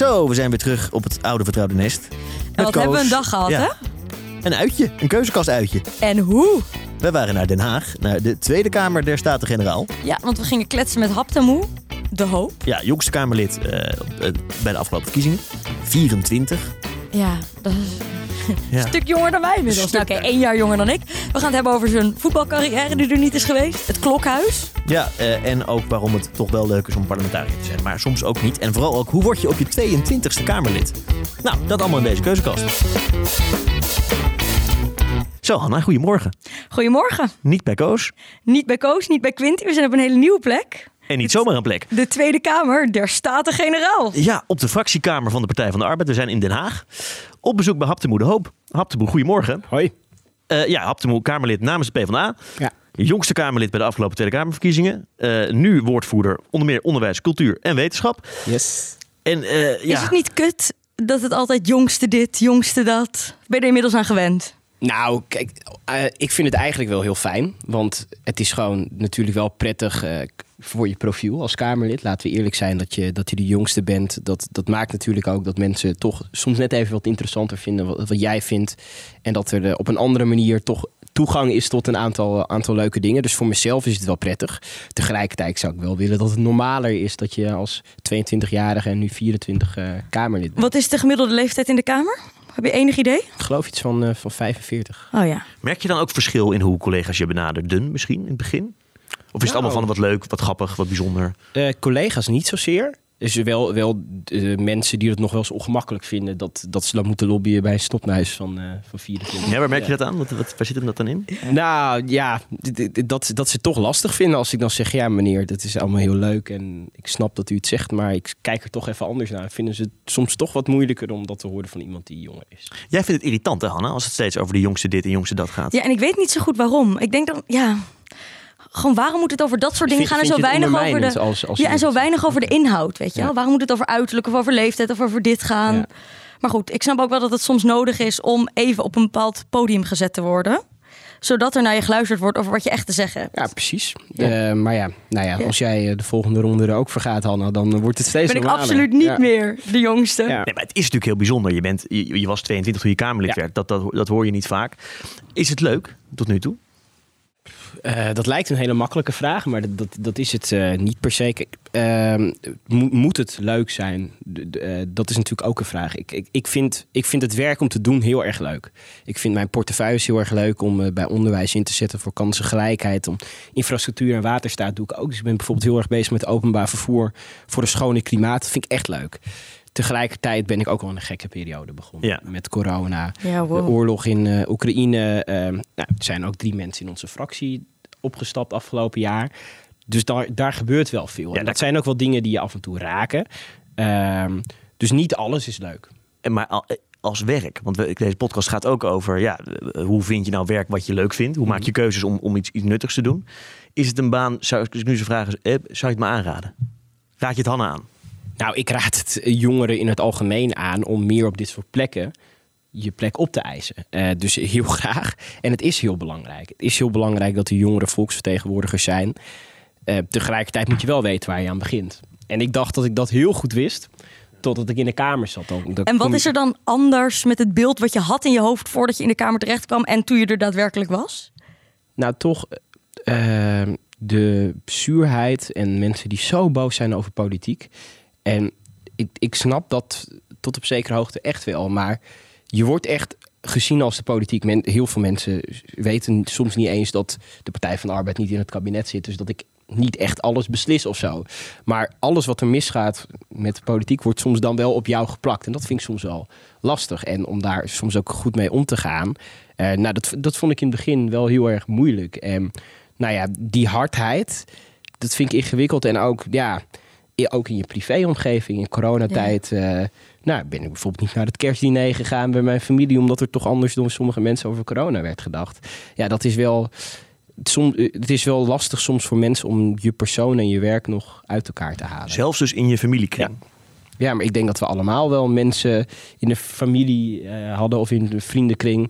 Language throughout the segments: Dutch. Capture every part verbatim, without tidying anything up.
Zo, we zijn weer terug op het oude vertrouwde nest. En wat hebben we een dag gehad, ja. hè? Een uitje, een keuzekastuitje. En hoe? We waren naar Den Haag, naar de Tweede Kamer der Staten-Generaal. Ja, want we gingen kletsen met Haptemoe, de hoop. Ja, jongste Kamerlid uh, bij de afgelopen verkiezingen. vierentwintig. Ja, dat is ja. een stuk jonger dan wij inmiddels. Nou, oké, okay, één jaar jonger dan ik. We gaan het hebben over zijn voetbalcarrière die er niet is geweest. Het klokhuis. Ja, uh, en ook waarom het toch wel leuk is om parlementariër te zijn. Maar soms ook niet. En vooral ook, hoe word je op je tweeëntwintigste Kamerlid? Nou, dat allemaal in deze keuzekast. Zo, Hanna, goedemorgen. Goedemorgen. Niet bij Koos. Niet bij Koos, niet bij Quinty. We zijn op een hele nieuwe plek. En niet zomaar een plek. De Tweede Kamer der Staten-Generaal. Ja, op de fractiekamer van de Partij van de Arbeid. We zijn in Den Haag. Op bezoek bij Haptemoe de Hoop. Haptemoe, goedemorgen. Hoi. Uh, ja, Haptemoe, Kamerlid namens de PvdA. Ja. Jongste Kamerlid bij de afgelopen Tweede Kamerverkiezingen. Uh, nu woordvoerder onder meer onderwijs, cultuur en wetenschap. Yes. En, uh, ja. Is het niet kut dat het altijd jongste dit, jongste dat? Ben je er inmiddels aan gewend? Nou, kijk, uh, ik vind het eigenlijk wel heel fijn. Want het is gewoon natuurlijk wel prettig uh, voor je profiel als Kamerlid. Laten we eerlijk zijn dat je, dat je de jongste bent. Dat, dat maakt natuurlijk ook dat mensen toch soms net even wat interessanter vinden wat, wat jij vindt. En dat er uh, op een andere manier toch toegang is tot een aantal, aantal leuke dingen. Dus voor mezelf is het wel prettig. Tegelijkertijd zou ik wel willen dat het normaler is dat je als tweeëntwintigjarige en nu vierentwintig uh, Kamerlid bent. Wat is de gemiddelde leeftijd in de Kamer? Heb je enig idee? Ik geloof iets van, uh, van vijfenveertig. Oh ja. Merk je dan ook verschil in hoe collega's je benaderden misschien in het begin? Of is het nou, allemaal van wat leuk, wat grappig, wat bijzonder? Uh, collega's niet zozeer. Dus wel, wel uh, mensen die het nog wel eens ongemakkelijk vinden dat, dat ze dan moeten lobbyen bij een stopnuis van, uh, van vierentwintig. Ja, waar merk je dat aan? Wat, wat, waar zit hem dat dan in? Nou ja, dat, dat ze het toch lastig vinden als ik dan zeg, ja meneer, dat is allemaal heel leuk en ik snap dat u het zegt, maar ik kijk er toch even anders naar. Vinden ze het soms toch wat moeilijker om dat te horen van iemand die jonger is. Jij vindt het irritant, hè, Hanna, als het steeds over de jongste dit en jongste dat gaat? Ja, en ik weet niet zo goed waarom. Ik denk dan, ja, gewoon waarom moet het over dat soort dingen vind, gaan en zo weinig over de als, als ja en zo weinig over de inhoud, weet je wel? Ja. Waarom moet het over uiterlijk of over leeftijd of over dit gaan? Ja. Maar goed, ik snap ook wel dat het soms nodig is om even op een bepaald podium gezet te worden, zodat er naar je geluisterd wordt over wat je echt te zeggen hebt. Ja, precies. Ja. Uh, maar ja, nou ja, ja, als jij de volgende ronde er ook voor gaat, Hanna, dan wordt het steeds ben normaler. Ik absoluut niet ja. meer de jongste. Ja. Nee, maar het is natuurlijk heel bijzonder. Je, bent, je, je was tweeëntwintig toen je Kamerlid ja. werd. Dat, dat, dat hoor je niet vaak. Is het leuk tot nu toe? Uh, dat lijkt een hele makkelijke vraag, maar dat, dat, dat is het uh, niet per se. Uh, mo- moet het leuk zijn? De, de, uh, dat is natuurlijk ook een vraag. Ik, ik, ik, vind, ik vind het werk om te doen heel erg leuk. Ik vind mijn portefeuille heel erg leuk om uh, bij onderwijs in te zetten voor kansengelijkheid. Om infrastructuur en waterstaat doe ik ook. Dus ik ben bijvoorbeeld heel erg bezig met openbaar vervoer voor een schone klimaat. Dat vind ik echt leuk. Tegelijkertijd ben ik ook al in een gekke periode begonnen. Ja. Met corona, ja, wow. de oorlog in uh, Oekraïne. Uh, nou, er zijn ook drie mensen in onze fractie opgestapt afgelopen jaar. Dus daar, daar gebeurt wel veel. Ja, en dat zijn ook wel dingen die je af en toe raken. Uh, dus niet alles is leuk. Maar als werk, want we, deze podcast gaat ook over, ja, hoe vind je nou werk wat je leuk vindt? Hoe maak je keuzes om, om iets, iets nuttigs te doen? Is het een baan, zou ik nu zo vragen, zou je het me aanraden? Raad je het Hanna aan? Nou, ik raad het jongeren in het algemeen aan om meer op dit soort plekken je plek op te eisen. Uh, dus heel graag. En het is heel belangrijk. Het is heel belangrijk dat de jongeren volksvertegenwoordigers zijn. Uh, tegelijkertijd moet je wel weten waar je aan begint. En ik dacht dat ik dat heel goed wist, totdat ik in de Kamer zat. Dan, dan en wat is er dan anders met het beeld wat je had in je hoofd voordat je in de Kamer terecht kwam en toen je er daadwerkelijk was? Nou, toch uh, de zuurheid en mensen die zo boos zijn over politiek. En ik, ik snap dat tot op zekere hoogte echt wel. Maar je wordt echt gezien als de politiek. Men, heel veel mensen weten soms niet eens dat de Partij van de Arbeid niet in het kabinet zit. Dus dat ik niet echt alles beslis of zo. Maar alles wat er misgaat met de politiek wordt soms dan wel op jou geplakt. En dat vind ik soms wel lastig. En om daar soms ook goed mee om te gaan. Uh, nou, dat, dat vond ik in het begin wel heel erg moeilijk. En nou ja, die hardheid, dat vind ik ingewikkeld. En ook, ja, ook in je privéomgeving, in coronatijd. Ja. Uh, nou, ben ik bijvoorbeeld niet naar het kerstdiner gegaan bij mijn familie, omdat er toch anders door sommige mensen over corona werd gedacht. Ja, dat is wel, som, het is wel lastig soms voor mensen om je persoon en je werk nog uit elkaar te halen. Zelfs dus in je familiekring. Ja. Ja, maar ik denk dat we allemaal wel mensen in de familie uh, hadden of in de vriendenkring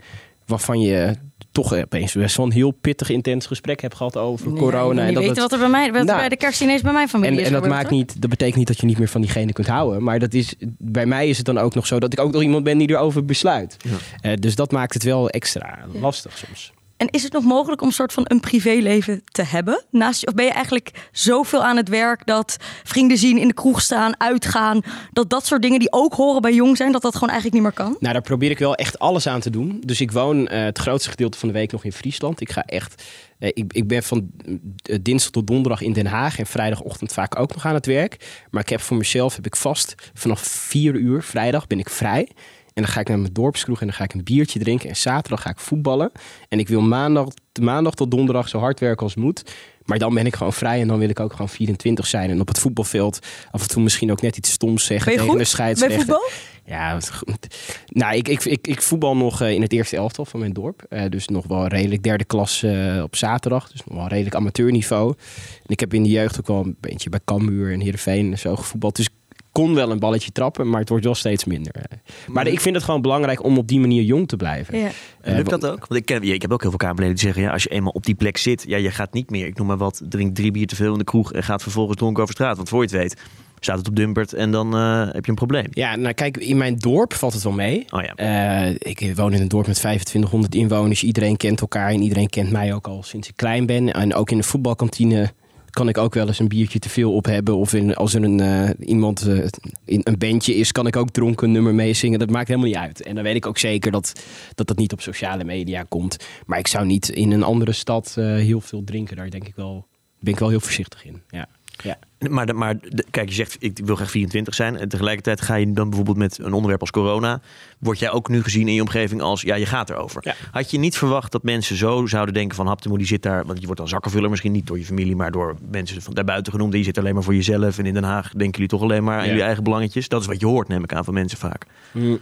waarvan je toch opeens best wel een heel pittig, intens gesprek hebt gehad over Nee, corona. Ik en dat weet het, wat er bij mij, wat Nou, bij de kerstdiners bij mijn familie en, is en dat gebeurd, maakt hoor. niet, dat betekent niet dat je niet meer van diegene kunt houden. Maar dat is, bij mij is het dan ook nog zo dat ik ook nog iemand ben die erover besluit. Ja. Uh, dus dat maakt het wel extra lastig soms. En is het nog mogelijk om een soort van een privéleven te hebben? Naast je, of ben je eigenlijk zoveel aan het werk dat vrienden zien, in de kroeg staan, uitgaan, dat dat soort dingen die ook horen bij jong zijn, dat dat gewoon eigenlijk niet meer kan? Nou, daar probeer ik wel echt alles aan te doen. Dus ik woon uh, het grootste gedeelte van de week nog in Friesland. Ik ga echt, uh, ik, ik ben van uh, dinsdag tot donderdag in Den Haag en vrijdagochtend vaak ook nog aan het werk. Maar ik heb voor mezelf, heb ik vast vanaf vier uur vrijdag ben ik vrij. En dan ga ik naar mijn dorpskroeg en dan ga ik een biertje drinken. En zaterdag ga ik voetballen. En ik wil maandag, maandag tot donderdag zo hard werken als moet. Maar dan ben ik gewoon vrij en dan wil ik ook gewoon vierentwintig zijn. En op het voetbalveld af en toe misschien ook net iets stoms zeggen Ben je tegen goed de scheidsrechter. bij voetbal? Ja, goed. Nou, ik, ik, ik, ik voetbal nog in het eerste elftal van mijn dorp. Uh, dus nog wel redelijk derde klas uh, op zaterdag. Dus nog wel redelijk amateurniveau. En ik heb in de jeugd ook wel een beetje bij Cambuur en Heerenveen en zo gevoetbald. Dus kon wel een balletje trappen, maar het wordt wel steeds minder. Maar ik vind het gewoon belangrijk om op die manier jong te blijven. Ja. Uh, Lukt dat ook? Want ik, ken, ik heb ook heel veel kamerleden die zeggen, ja, als je eenmaal op die plek zit, ja, je gaat niet meer, ik noem maar wat, drink drie bier te veel in de kroeg en gaat vervolgens dronken over straat. Want voor je het weet, staat het op Dumpert en dan uh, heb je een probleem. Ja, nou kijk, in mijn dorp valt het wel mee. Oh, ja. uh, ik woon in een dorp met vijfentwintighonderd inwoners. Iedereen kent elkaar en iedereen kent mij ook al sinds ik klein ben. En ook in de voetbalkantine kan ik ook wel eens een biertje te veel op hebben. Of in, als er een, uh, iemand uh, in een bandje is, kan ik ook dronken een nummer meezingen. Dat maakt helemaal niet uit. En dan weet ik ook zeker dat dat, dat niet op sociale media komt. Maar ik zou niet in een andere stad uh, heel veel drinken. Daar denk ik wel, ben ik wel heel voorzichtig in. Ja. Ja. Maar, maar kijk, je zegt, ik wil graag vierentwintig zijn. En tegelijkertijd ga je dan bijvoorbeeld met een onderwerp als corona. Word jij ook nu gezien in je omgeving als, ja, je gaat erover. Ja. Had je niet verwacht dat mensen zo zouden denken van, Haptemo, die zit daar, want je wordt dan zakkenvuller, misschien niet door je familie, maar door mensen van daarbuiten genoemd. Die zit alleen maar voor jezelf. En in Den Haag denken jullie toch alleen maar aan ja. jullie eigen belangetjes. Dat is wat je hoort, neem ik aan, van mensen vaak. Mm.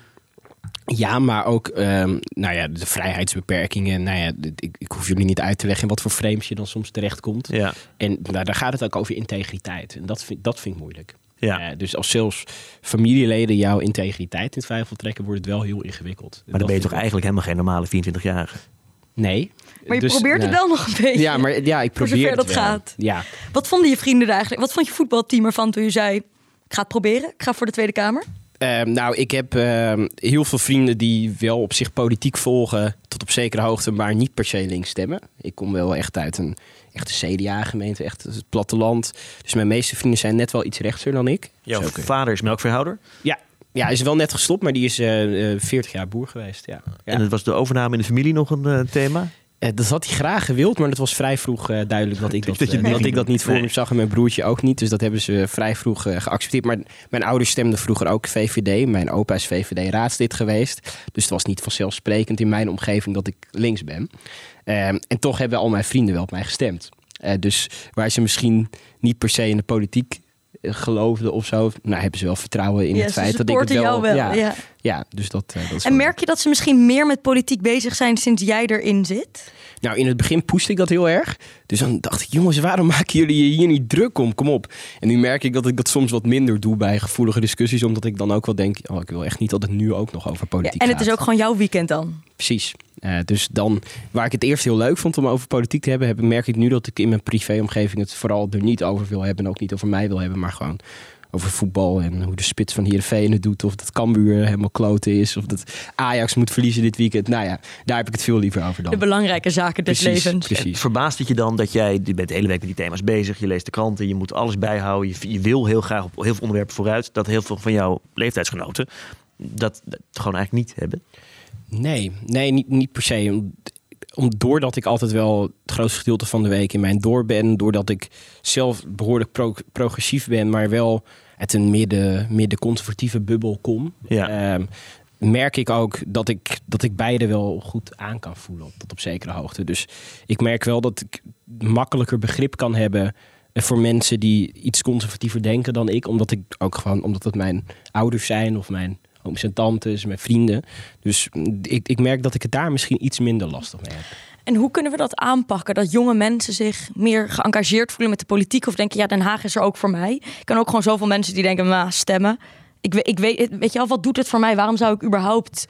Ja, maar ook um, nou ja, de vrijheidsbeperkingen. Nou ja, ik, ik hoef jullie niet uit te leggen in wat voor frames je dan soms terechtkomt. Ja. En nou, daar gaat het ook over integriteit. En dat vind, dat vind ik moeilijk. Ja. Uh, dus als zelfs familieleden jouw integriteit in twijfel trekken, wordt het wel heel ingewikkeld. Maar dan ben je toch eigenlijk helemaal geen normale vierentwintig-jarige? Nee. Maar je dus, probeert nou, het wel nog een beetje. Ja, maar ja, ik probeer voor zover het dat wel. gaat. Ja. Wat vonden je vrienden er eigenlijk? Wat vond je voetbalteam ervan toen je zei, ik ga het proberen, ik ga voor de Tweede Kamer? Uh, nou, ik heb uh, heel veel vrienden die wel op zich politiek volgen tot op zekere hoogte, maar niet per se links stemmen. Ik kom wel echt uit een echte C D A-gemeente, echt het platteland. Dus mijn meeste vrienden zijn net wel iets rechtser dan ik. Jouw dus vader is melkveehouder? Ja. Ja, hij is wel net gestopt, maar die is uh, uh, veertig jaar boer geweest. Ja. Ja. En het was de overname in de familie nog een uh, thema? Uh, dat had hij graag gewild, maar het was vrij vroeg uh, duidelijk dat ik dat, uh, dat, ik dat niet voor nee. hem zag. En mijn broertje ook niet. Dus dat hebben ze vrij vroeg uh, geaccepteerd. Maar mijn ouders stemden vroeger ook V V D. Mijn opa is V V D-raadslid geweest. Dus het was niet vanzelfsprekend in mijn omgeving dat ik links ben. Uh, en toch hebben al mijn vrienden wel op mij gestemd. Uh, dus waar ze misschien niet per se in de politiek geloofden of zo, nou hebben ze wel vertrouwen in ja, het feit dat ik het wel... jou wel ja, ja. ja, dus dat, uh, dat is en merk je dat ze misschien meer met politiek bezig zijn sinds jij erin zit? Nou, in het begin pushte ik dat heel erg. Dus dan dacht ik, jongens, waarom maken jullie je hier niet druk om? Kom op. En nu merk ik dat ik dat soms wat minder doe bij gevoelige discussies, omdat ik dan ook wel denk, oh, ik wil echt niet dat het nu ook nog over politiek ja, en gaat. het is ook gewoon jouw weekend dan? Precies. Uh, dus dan, waar ik het eerst heel leuk vond om over politiek te hebben, heb, merk ik nu dat ik in mijn privéomgeving het vooral er niet over wil hebben en ook niet over mij wil hebben, maar gewoon over voetbal en hoe de spits van Heerenveen het doet, of dat Cambuur helemaal kloten is, of dat Ajax moet verliezen dit weekend. Nou ja, daar heb ik het veel liever over dan. De belangrijke zaken des precies, levens. Precies. Verbaast het je dan dat jij, je bent de hele week met die thema's bezig, je leest de kranten, je moet alles bijhouden, je, je wil heel graag op heel veel onderwerpen vooruit, dat heel veel van jouw leeftijdsgenoten dat, dat gewoon eigenlijk niet hebben? Nee, nee niet, niet per se. Om, om, doordat ik altijd wel het grootste gedeelte van de week in mijn dorp ben, doordat ik zelf behoorlijk pro, progressief ben, maar wel uit een midden, midden conservatieve bubbel kom, ja. um, merk ik ook dat ik, dat ik beide wel goed aan kan voelen tot op zekere hoogte. Dus ik merk wel dat ik makkelijker begrip kan hebben voor mensen die iets conservatiever denken dan ik, omdat ik ook gewoon, omdat het mijn ouders zijn of mijn ooms en tantes, mijn vrienden. Dus ik, ik merk dat ik het daar misschien iets minder lastig mee heb. En hoe kunnen we dat aanpakken? Dat jonge mensen zich meer geëngageerd voelen met de politiek, of denken, ja, Den Haag is er ook voor mij. Ik kan ook gewoon zoveel mensen die denken, nou, stemmen. Ik, ik weet, weet je wel, wat doet het voor mij? Waarom zou ik überhaupt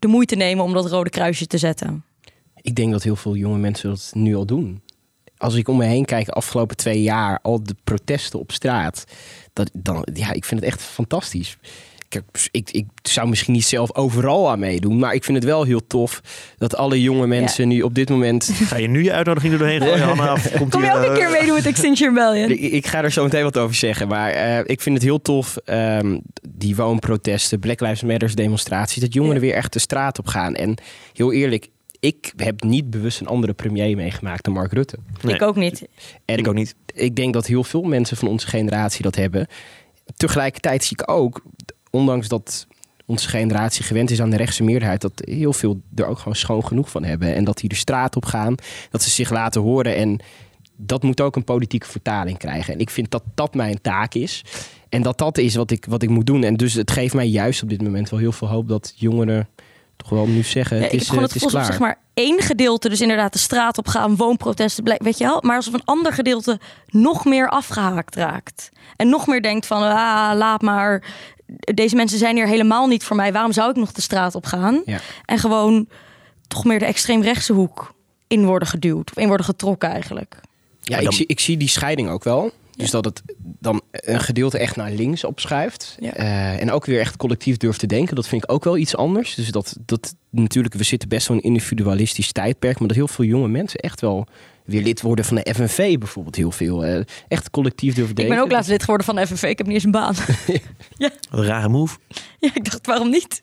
de moeite nemen om dat rode kruisje te zetten? Ik denk dat heel veel jonge mensen dat nu al doen. Als ik om me heen kijk, de afgelopen twee jaar, al de protesten op straat. Dat, dan, ja, ik vind het echt fantastisch. Ik, ik, ik zou misschien niet zelf overal aan meedoen. Maar ik vind het wel heel tof dat alle jonge mensen ja. nu op dit moment... Ga je nu je uitnodiging er doorheen gooien, Hanna? Of komt Kom je ook een keer meedoen met Extinction Rebellion? Ik, ik ga er zo meteen wat over zeggen. Maar uh, ik vind het heel tof, um, die woonprotesten, Black Lives Matter demonstraties. Dat jongeren ja. weer echt de straat op gaan. En heel eerlijk, ik heb niet bewust een andere premier meegemaakt dan Mark Rutte. Nee. Ik ook niet. En ik ook niet. Ik denk dat heel veel mensen van onze generatie dat hebben. Tegelijkertijd zie ik ook, ondanks dat onze generatie gewend is aan de rechtse meerderheid, dat heel veel er ook gewoon schoon genoeg van hebben. En dat die de straat op gaan, dat ze zich laten horen. En dat moet ook een politieke vertaling krijgen. En ik vind dat dat mijn taak is. En dat dat is wat ik, wat ik moet doen. En dus het geeft mij juist op dit moment wel heel veel hoop dat jongeren toch wel nu zeggen, het ja, is, ik uh, het het is klaar. Zeg maar één gedeelte, dus inderdaad de straat op gaan, woonprotesten, weet je wel. Maar alsof een ander gedeelte nog meer afgehaakt raakt. En nog meer denkt van, ah, laat maar. Deze mensen zijn hier helemaal niet voor mij. Waarom zou ik nog de straat op gaan? Ja. En gewoon toch meer de extreemrechtse hoek in worden geduwd. Of in worden getrokken eigenlijk. Ja, ik, zie, ik zie die scheiding ook wel. Dus dat het dan een gedeelte echt naar links opschuift. Ja. Uh, en ook weer echt collectief durft te denken. Dat vind ik ook wel iets anders. Dus dat, dat natuurlijk, we zitten best wel in een individualistisch tijdperk. Maar dat heel veel jonge mensen echt wel weer lid worden van de F N V bijvoorbeeld heel veel. Uh, echt collectief durven denken. Ik ben ook laatst lid geworden van de F N V. Ik heb niet eens een baan. ja. Wat een rare move. Ja, ik dacht, waarom niet?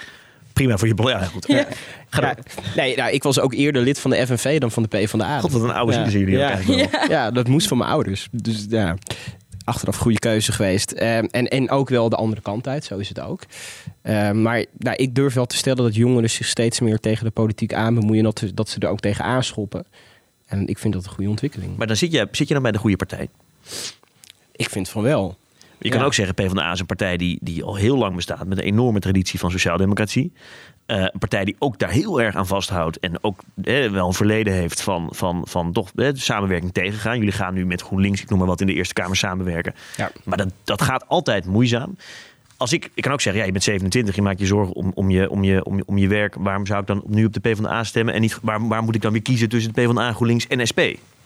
Prima voor je belang. Ja, goed. Ja. Ja, nee, nou, ik was ook eerder lid van de F N V dan van de P van de A. God, wat een oude ja. zien jullie ja. ook ja. ja, dat moest van mijn ouders. Dus ja, achteraf goede keuze geweest. Uh, en, en ook wel de andere kant uit, zo is het ook. Uh, maar nou, ik durf wel te stellen dat jongeren zich steeds meer tegen de politiek aanbemoeien. Dat, dat ze er ook tegen aanschoppen. En ik vind dat een goede ontwikkeling. Maar dan zit je, zit je dan bij de goede partij? Ik vind van wel. Je kan ja. ook zeggen, PvdA is een partij die, die al heel lang bestaat met een enorme traditie van sociaaldemocratie. Uh, een partij die ook daar heel erg aan vasthoudt en ook eh, wel een verleden heeft van, van, van toch eh, de samenwerking tegengaan. Jullie gaan nu met GroenLinks, ik noem maar wat, in de Eerste Kamer samenwerken. Ja. Maar dat, dat gaat altijd moeizaam. Als ik, ik kan ook zeggen, ja, je bent zevenentwintig, je maakt je zorgen om, om, je, om, je, om, je, om je werk. Waarom zou ik dan nu op de PvdA stemmen en niet, waar, waar moet ik dan weer kiezen tussen de PvdA, GroenLinks en S P?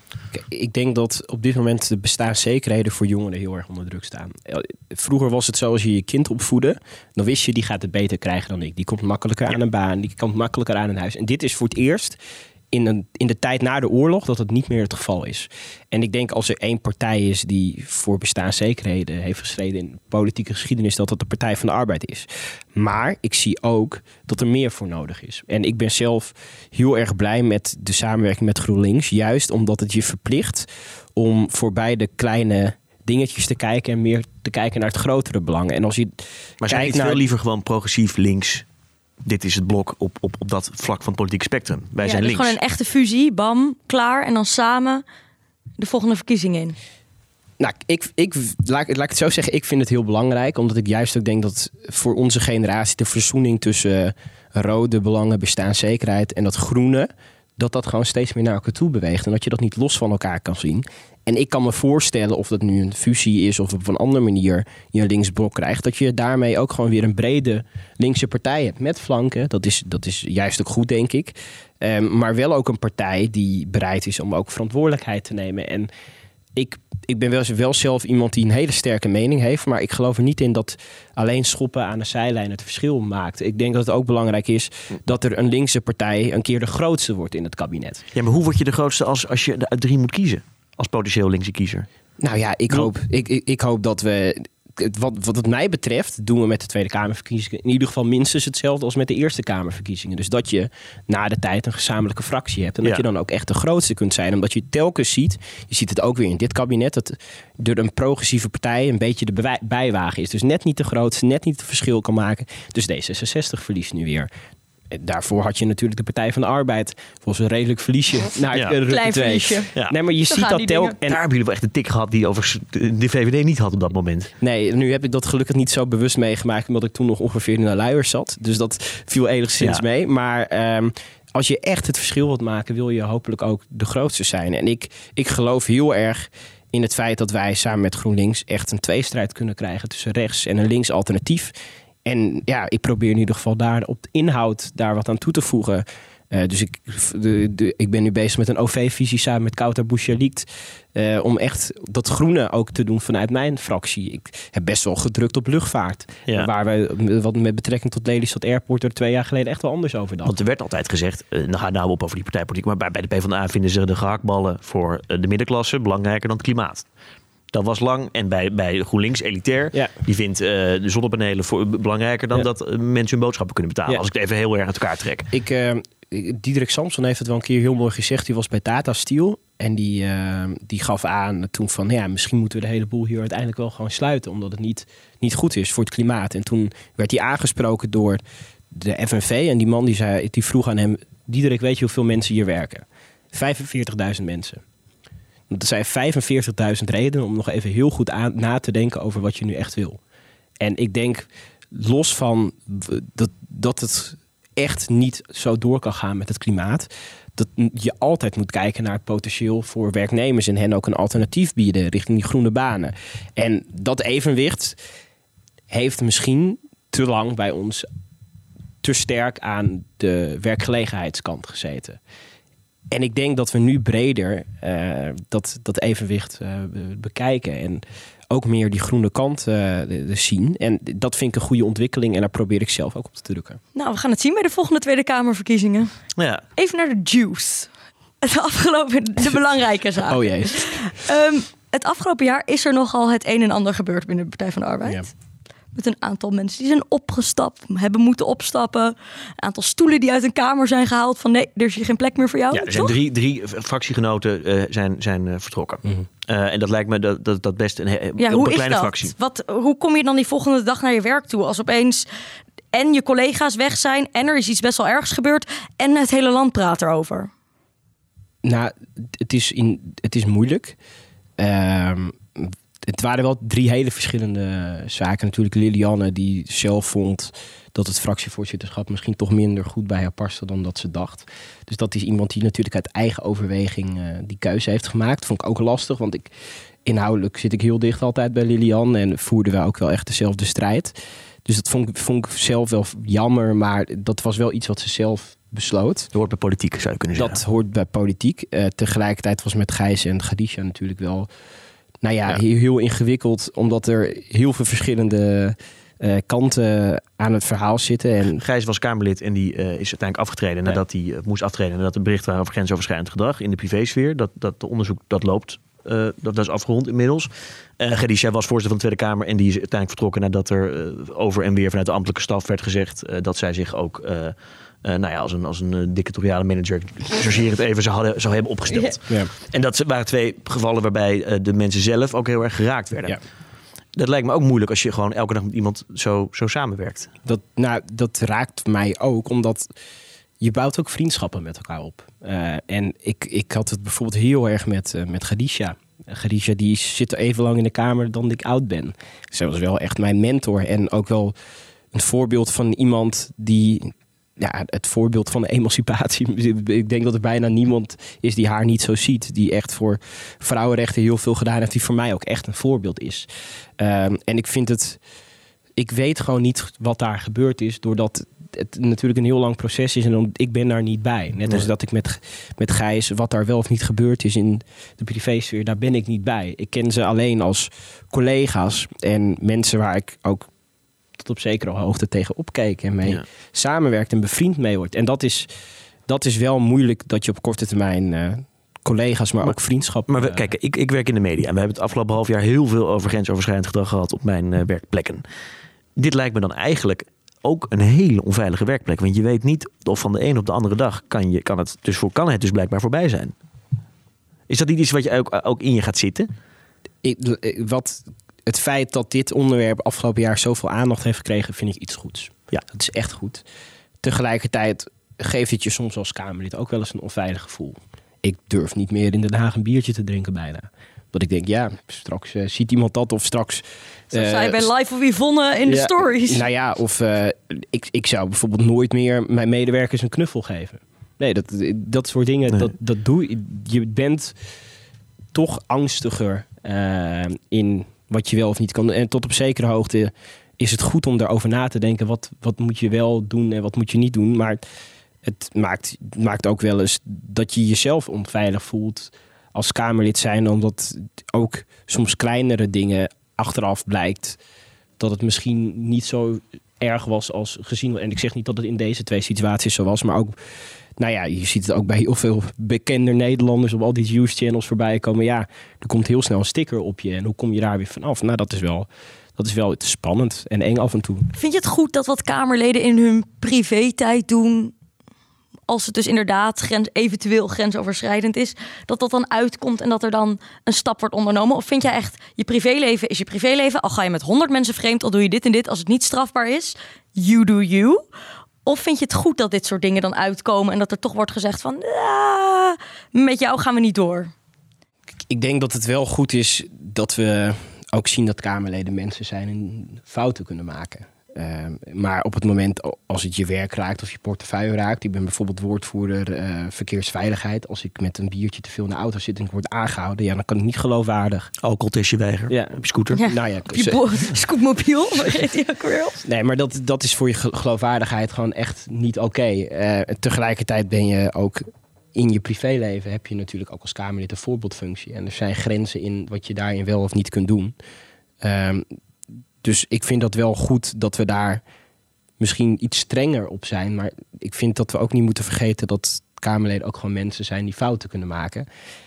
Ik denk dat op dit moment de bestaanszekerheden voor jongeren heel erg onder druk staan. Vroeger was het zo, als je je kind opvoedde, dan wist je, die gaat het beter krijgen dan ik. Die komt makkelijker ja. aan een baan, die komt makkelijker aan een huis. En dit is voor het eerst in, een, in de tijd na de oorlog dat het niet meer het geval is. En ik denk als er één partij is die voor bestaanszekerheden heeft gestreden in de politieke geschiedenis, dat dat de Partij van de Arbeid is. Maar ik zie ook dat er meer voor nodig is. En ik ben zelf heel erg blij met de samenwerking met GroenLinks. Juist omdat het je verplicht om voorbij de kleine dingetjes te kijken en meer te kijken naar het grotere belang. En als je maar zijn kijkt iets naar veel liever gewoon progressief links? Dit is het blok op, op, op dat vlak van het politieke spectrum. Wij ja, zijn dus links. Gewoon een echte fusie, bam, klaar. En dan samen de volgende verkiezingen in. Nou, ik, ik, laat, laat ik het zo zeggen, ik vind het heel belangrijk. Omdat ik juist ook denk dat voor onze generatie de verzoening tussen rode belangen, bestaanszekerheid en dat groene, dat dat gewoon steeds meer naar elkaar toe beweegt. En dat je dat niet los van elkaar kan zien. En ik kan me voorstellen, of dat nu een fusie is of op een andere manier je een linksblok krijgt, dat je daarmee ook gewoon weer een brede linkse partij hebt met flanken. Dat is, dat is juist ook goed, denk ik. Um, maar wel ook een partij die bereid is om ook verantwoordelijkheid te nemen. En ik, ik ben wel, wel zelf iemand die een hele sterke mening heeft, maar ik geloof er niet in dat alleen schoppen aan de zijlijn het verschil maakt. Ik denk dat het ook belangrijk is dat er een linkse partij een keer de grootste wordt in het kabinet. Ja, maar hoe word je de grootste als, als je uit drie moet kiezen? Als potentieel linkse kiezer? Nou ja, ik hoop, ik, ik, ik hoop dat we, wat, wat het mij betreft, doen we met de Tweede Kamerverkiezingen in ieder geval minstens hetzelfde als met de Eerste Kamerverkiezingen. Dus dat je na de tijd een gezamenlijke fractie hebt. En dat ja. je dan ook echt de grootste kunt zijn. Omdat je telkens ziet, je ziet het ook weer in dit kabinet, dat er een progressieve partij een beetje de bij, bijwagen is. Dus net niet de grootste, net niet het verschil kan maken. Dus D zesenzestig verliest nu weer. Daarvoor had je natuurlijk de Partij van de Arbeid. Volgens een redelijk verliesje naar ja. Rutte Klein twee. verliesje. Ja. Nee, maar je Zo ziet dat tel. En daar hebben jullie wel echt een tik gehad die over de V V D niet had op dat moment. Nee, nu heb ik dat gelukkig niet zo bewust meegemaakt, omdat ik toen nog ongeveer in de luiers zat. Dus dat viel enigszins ja. mee. Maar um, als je echt het verschil wilt maken, wil je hopelijk ook de grootste zijn. En ik, ik geloof heel erg in het feit dat wij samen met GroenLinks echt een tweestrijd kunnen krijgen tussen rechts en een links alternatief. En ja, ik probeer in ieder geval daar op de inhoud daar wat aan toe te voegen. Uh, dus ik, de, de, ik ben nu bezig met een O V-visie samen met Kouter Bouchalikt. Uh, om echt dat groene ook te doen vanuit mijn fractie. Ik heb best wel gedrukt op luchtvaart. Ja. Waar wij wat met betrekking tot Lelystad Airport er twee jaar geleden echt wel anders over dachten. Want er werd altijd gezegd, uh, dan gaat nou op over die partijpolitiek. Maar bij, bij de PvdA vinden ze de gehaktballen voor uh, de middenklasse belangrijker dan het klimaat. Dat was lang. En bij, bij GroenLinks, elitair, ja. die vindt uh, de zonnepanelen voor, belangrijker dan ja. dat uh, mensen hun boodschappen kunnen betalen. Ja. Als ik het even heel erg uit elkaar trek. Ik... Uh, Diederik Samson heeft het wel een keer heel mooi gezegd. Die was bij Tata Steel en die, uh, die gaf aan toen van... ja, misschien moeten we de hele boel hier uiteindelijk wel gewoon sluiten... omdat het niet, niet goed is voor het klimaat. En toen werd hij aangesproken door de F N V en die man die, zei, die vroeg aan hem... Diederik, weet je hoeveel mensen hier werken? vijfenveertigduizend mensen. Dat zijn vijfenveertigduizend redenen om nog even heel goed aan, na te denken... over wat je nu echt wil. En ik denk, los van dat, dat het... echt niet zo door kan gaan met het klimaat. Dat je altijd moet kijken naar het potentieel voor werknemers... en hen ook een alternatief bieden richting die groene banen. En dat evenwicht heeft misschien te lang bij ons... te sterk aan de werkgelegenheidskant gezeten. En ik denk dat we nu breder uh, dat, dat evenwicht uh, bekijken... en ook meer die groene kant uh, zien. En dat vind ik een goede ontwikkeling. En daar probeer ik zelf ook op te drukken. Nou, we gaan het zien bij de volgende Tweede Kamerverkiezingen. Ja. Even naar de juice. Het afgelopen, de belangrijke zaak. Oh jee. Um, het afgelopen jaar is er nogal het een en ander gebeurd binnen de Partij van de Arbeid. Ja. Met een aantal mensen die zijn opgestapt, hebben moeten opstappen. Een aantal stoelen die uit een kamer zijn gehaald. Van nee, er is hier geen plek meer voor jou. Ja, er zijn drie, drie fractiegenoten uh, zijn, zijn uh, vertrokken. Mm-hmm. Uh, en dat lijkt me dat, dat, dat best een, ja, op hoe een kleine is dat? fractie. Wat, hoe kom je dan die volgende dag naar je werk toe? Als opeens en je collega's weg zijn... en er is iets best wel ergs gebeurd... en het hele land praat erover. Nou, het is, in, het is moeilijk. Uh, het waren wel drie hele verschillende zaken. Natuurlijk Lilianne, die zelf vond dat het fractievoorzitterschap misschien toch minder goed bij haar paste dan dat ze dacht. Dus dat is iemand die natuurlijk uit eigen overweging uh, die keuze heeft gemaakt. Vond ik ook lastig, want ik inhoudelijk zit ik heel dicht altijd bij Lilianne en voerden we ook wel echt dezelfde strijd. Dus dat vond ik, vond ik zelf wel jammer, maar dat was wel iets wat ze zelf besloot. Dat hoort bij politiek, zou je kunnen zeggen. Dat hoort bij politiek. Uh, tegelijkertijd was met Gijs en Khadija natuurlijk wel... Nou ja, ja. Heel, heel ingewikkeld, omdat er heel veel verschillende uh, kanten aan het verhaal zitten. En Gijs was Kamerlid en die uh, is uiteindelijk afgetreden nadat hij uh, moest aftreden. Nadat er berichten waren over grensoverschrijdend gedrag in de privésfeer. Dat, dat onderzoek dat loopt, uh, dat, dat is afgerond inmiddels. Uh, Khadija was voorzitter van de Tweede Kamer en die is uiteindelijk vertrokken nadat er uh, over en weer vanuit de ambtelijke staf werd gezegd uh, dat zij zich ook... Uh, Uh, nou ja, als een, als een uh, dictatoriale manager, chargeer het even, zou, hadden, zou hebben opgesteld. Ja. En dat waren twee gevallen waarbij uh, de mensen zelf ook heel erg geraakt werden. Ja. Dat lijkt me ook moeilijk als je gewoon elke dag met iemand zo, zo samenwerkt. Dat, nou, dat raakt mij ook, omdat je bouwt ook vriendschappen met elkaar op. Uh, en ik, ik had het bijvoorbeeld heel erg met, uh, met Khadija. Khadija die zit even lang in de Kamer dan ik oud ben. Zij was wel echt mijn mentor en ook wel een voorbeeld van iemand die... Ja, het voorbeeld van de emancipatie. Ik denk dat er bijna niemand is die haar niet zo ziet. Die echt voor vrouwenrechten heel veel gedaan heeft. Die voor mij ook echt een voorbeeld is. Um, en ik vind het... Ik weet gewoon niet wat daar gebeurd is. Doordat het natuurlijk een heel lang proces is. En dan, ik ben daar niet bij. Net als nee. dat ik met, met Gijs... Wat daar wel of niet gebeurd is in de privésfeer. Daar ben ik niet bij. Ik ken ze alleen als collega's. En mensen waar ik ook... tot op zekere hoogte tegen opkijken en mee ja. samenwerkt en bevriend mee wordt. En dat is, dat is wel moeilijk dat je op korte termijn uh, collega's, maar, maar ook vriendschap... Maar we, uh, kijk, ik, ik werk in de media en we hebben het afgelopen half jaar heel veel over grensoverschrijdend gedrag gehad op mijn uh, werkplekken. Dit lijkt me dan eigenlijk ook een hele onveilige werkplek, want je weet niet of van de een op de andere dag kan, je, kan, het, dus voor, kan het dus blijkbaar voorbij zijn. Is dat niet iets wat je ook, ook in je gaat zitten? Ik, wat... Het feit dat dit onderwerp afgelopen jaar zoveel aandacht heeft gekregen, vind ik iets goeds. Ja, dat is echt goed. Tegelijkertijd geeft het je soms als Kamerlid ook wel eens een onveilig gevoel. Ik durf niet meer in Den Haag een biertje te drinken bijna. Dat ik denk, ja, straks uh, ziet iemand dat of straks... Zo zei je bij Live of Yvonne in ja, de stories. Nou ja, of uh, ik, ik zou bijvoorbeeld nooit meer mijn medewerkers een knuffel geven. Nee, dat, dat soort dingen, nee. dat, dat doe je. Je bent toch angstiger uh, in... wat je wel of niet kan. En tot op zekere hoogte is het goed om daarover na te denken. Wat, wat moet je wel doen en wat moet je niet doen. Maar het maakt, maakt ook wel eens dat je jezelf onveilig voelt als Kamerlid zijn. Omdat ook soms kleinere dingen achteraf blijkt dat het misschien niet zo erg was als gezien. En ik zeg niet dat het in deze twee situaties zo was, maar ook, nou ja, je ziet het ook bij heel veel bekende Nederlanders op al die news channels voorbij komen. Ja, er komt heel snel een sticker op je en hoe kom je daar weer vanaf? Nou, dat is wel, dat is wel spannend en eng af en toe. Vind je het goed dat wat Kamerleden in hun privé-tijd doen, als het dus inderdaad grens, eventueel grensoverschrijdend is, dat dat dan uitkomt en dat er dan een stap wordt ondernomen? Of vind jij echt, je privéleven is je privéleven, al ga je met honderd mensen vreemd, al doe je dit en dit, als het niet strafbaar is, you do you? Of vind je het goed dat dit soort dingen dan uitkomen en dat er toch wordt gezegd van, ah, met jou gaan we niet door? Ik denk dat het wel goed is dat we ook zien dat Kamerleden mensen zijn en fouten kunnen maken. Uh, maar op het moment als het je werk raakt of je portefeuille raakt. Ik ben bijvoorbeeld woordvoerder uh, verkeersveiligheid. Als ik met een biertje te veel in de auto zit en ik word aangehouden, ja, dan kan ik niet geloofwaardig. Alcoholtestje weigeren ja. op je scooter. Ja. Nou ja, op je bo- scootmobiel. Nee, maar dat, dat is voor je geloofwaardigheid gewoon echt niet oké. Okay. Uh, tegelijkertijd ben je ook in je privéleven heb je natuurlijk ook als Kamerlid een voorbeeldfunctie. En er zijn grenzen in wat je daarin wel of niet kunt doen. Um, Dus ik vind dat wel goed dat we daar misschien iets strenger op zijn. Maar ik vind dat we ook niet moeten vergeten dat Kamerleden ook gewoon mensen zijn die fouten kunnen maken.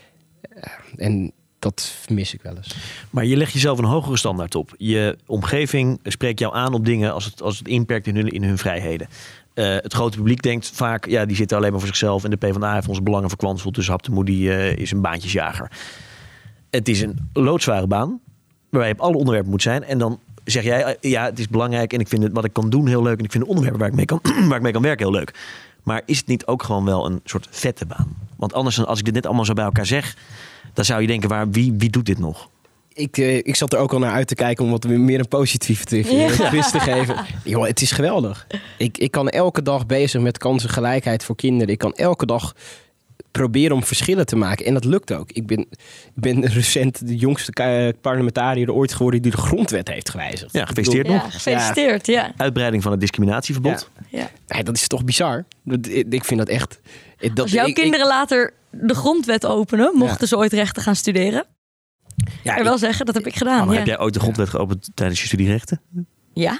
En dat mis ik wel eens. Maar je legt jezelf een hogere standaard op. Je omgeving spreekt jou aan op dingen als het, als het inperkt in hun, in hun vrijheden. Uh, het grote publiek denkt vaak, ja, die zitten alleen maar voor zichzelf. En de PvdA heeft onze belangen verkwanseld. Dus Hap de Moe die, uh, is een baantjesjager. Het is een loodzware baan waarbij je op alle onderwerpen moet zijn. En dan zeg jij, ja, het is belangrijk en ik vind het wat ik kan doen heel leuk en ik vind de onderwerpen waar ik mee kan, waar ik mee kan werken heel leuk. Maar is het niet ook gewoon wel een soort vette baan? Want anders, als ik dit net allemaal zo bij elkaar zeg, dan zou je denken, waar, wie, wie doet dit nog? Ik, uh, ik zat er ook al naar uit te kijken om wat meer een positief twist ja. te geven. Joh, het is geweldig. Ik, ik kan elke dag bezig met kansengelijkheid voor kinderen. Ik kan elke dag proberen om verschillen te maken. En dat lukt ook. Ik ben, ben recent de jongste parlementariër ooit geworden die de grondwet heeft gewijzigd. Ja, gefeliciteerd ja, nog. Gefeliciteerd, ja. Uitbreiding van het discriminatieverbod. Ja. Ja. Nee, dat is toch bizar? Ik vind dat echt. Dat, Als jouw ik, kinderen ik, later de grondwet openen, mochten ja. ze ooit rechten gaan studeren. Ja, ik kan wel zeggen, dat heb ik gedaan. Maar ja. heb jij ooit de grondwet geopend tijdens je studierechten? Ja,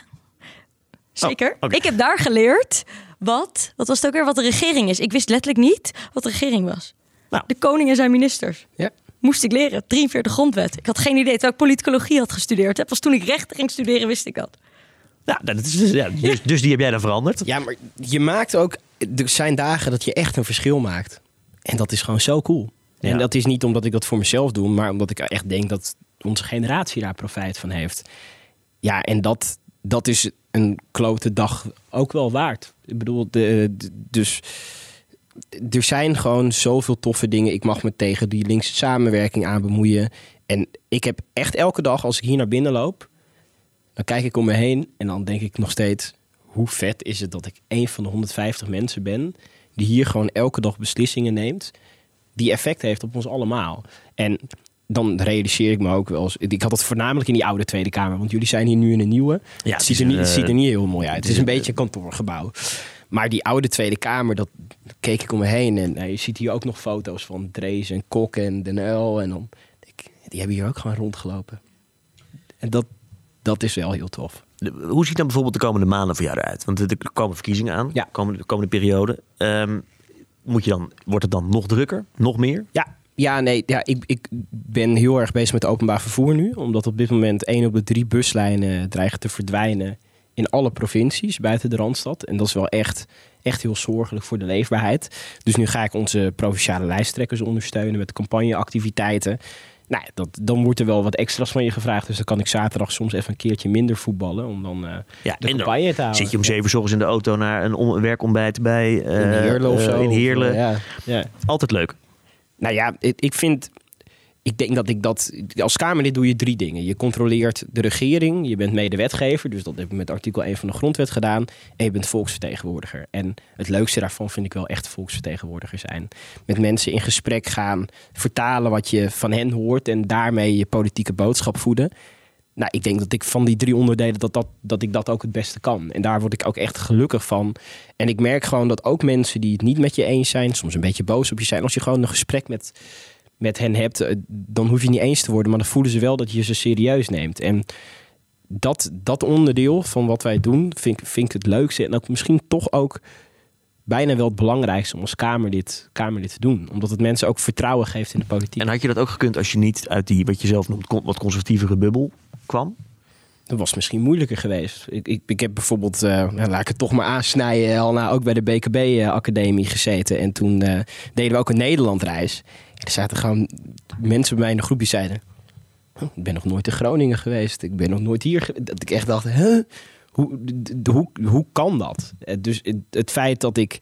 zeker. Oh, okay. Ik heb daar geleerd wat, wat was het ook weer, wat de regering is. Ik wist letterlijk niet wat de regering was. Nou. De koning en zijn ministers. Ja. Moest ik leren. drieënveertig grondwet. Ik had geen idee. Terwijl ik politicologie had gestudeerd. Hè. Pas toen ik rechten ging studeren, wist ik dat. Nou, dat is dus, ja, dus, dus die heb jij dan veranderd? Ja, maar je maakt ook. Er zijn dagen dat je echt een verschil maakt. En dat is gewoon zo cool. Ja. En dat is niet omdat ik dat voor mezelf doe, maar omdat ik echt denk dat onze generatie daar profijt van heeft. Ja, en dat, dat is een klote dag ook wel waard. Ik bedoel, de, de, dus er zijn gewoon zoveel toffe dingen. Ik mag me tegen die linkse samenwerking aan bemoeien. En ik heb echt elke dag, als ik hier naar binnen loop, dan kijk ik om me heen en dan denk ik nog steeds, hoe vet is het dat ik een van de honderdvijftig mensen ben die hier gewoon elke dag beslissingen neemt die effect heeft op ons allemaal. En dan realiseer ik me ook wel eens. Ik had het voornamelijk in die oude Tweede Kamer, want jullie zijn hier nu in een nieuwe. Ja, het, ziet er niet, het ziet er niet heel mooi uit. Het is een beetje een kantoorgebouw. Maar die oude Tweede Kamer, dat keek ik om me heen. En nou, je ziet hier ook nog foto's van Drees en Kok en Den Uyl. En dan, die hebben hier ook gewoon rondgelopen. En dat, dat is wel heel tof. Hoe ziet dan bijvoorbeeld de komende maanden voor jou eruit? Want er komen verkiezingen aan, ja. de komende, de komende periode. Um, moet je dan, wordt het dan nog drukker? Nog meer? Ja, ja nee, ja, ik, ik ben heel erg bezig met openbaar vervoer nu. Omdat op dit moment één op de drie buslijnen dreigen te verdwijnen in alle provincies buiten de Randstad. En dat is wel echt, echt heel zorgelijk voor de leefbaarheid. Dus nu ga ik onze provinciale lijsttrekkers ondersteunen met campagneactiviteiten. Nou, dat, dan wordt er wel wat extra's van je gevraagd. Dus dan kan ik zaterdag soms even een keertje minder voetballen. Om dan uh, ja, de campagne te houden. Zit je om zeven 's ochtends in de auto naar een om, werkontbijt bij uh, in Heerlen of zo. Uh, in Heerlen. Of, uh, ja, ja. Altijd leuk. Nou ja, ik, ik vind... Ik denk dat ik dat... Als Kamerlid doe je drie dingen. Je controleert de regering. Je bent medewetgever. Dus dat heb ik met artikel één van de grondwet gedaan. En je bent volksvertegenwoordiger. En het leukste daarvan vind ik wel echt volksvertegenwoordiger zijn. Met mensen in gesprek gaan. Vertalen wat je van hen hoort. En daarmee je politieke boodschap voeden. nou, ik denk dat ik van die drie onderdelen dat, dat, dat ik dat ook het beste kan. En daar word ik ook echt gelukkig van. En ik merk gewoon dat ook mensen die het niet met je eens zijn, soms een beetje boos op je zijn, als je gewoon een gesprek met, met hen hebt, dan hoef je niet eens te worden, maar dan voelen ze wel dat je ze serieus neemt. En dat, dat onderdeel van wat wij doen, vind, vind ik het leukste en ook misschien toch ook bijna wel het belangrijkste om als Kamerlid, Kamerlid te doen. Omdat het mensen ook vertrouwen geeft in de politiek. En had je dat ook gekund als je niet uit die, wat je zelf noemt, wat conservatievere bubbel kwam? Dat was misschien moeilijker geweest. Ik, ik, ik heb bijvoorbeeld, uh, nou, laat ik het toch maar aansnijden, al nou ook bij de B K B-academie gezeten. En toen uh, deden we ook een Nederlandreis. En er zaten gewoon mensen bij mij in de groep die zeiden, oh, ik ben nog nooit in Groningen geweest. Ik ben nog nooit hier geweest. Dat ik echt dacht, huh? Hoe, hoe, hoe kan dat? Dus het, het feit dat ik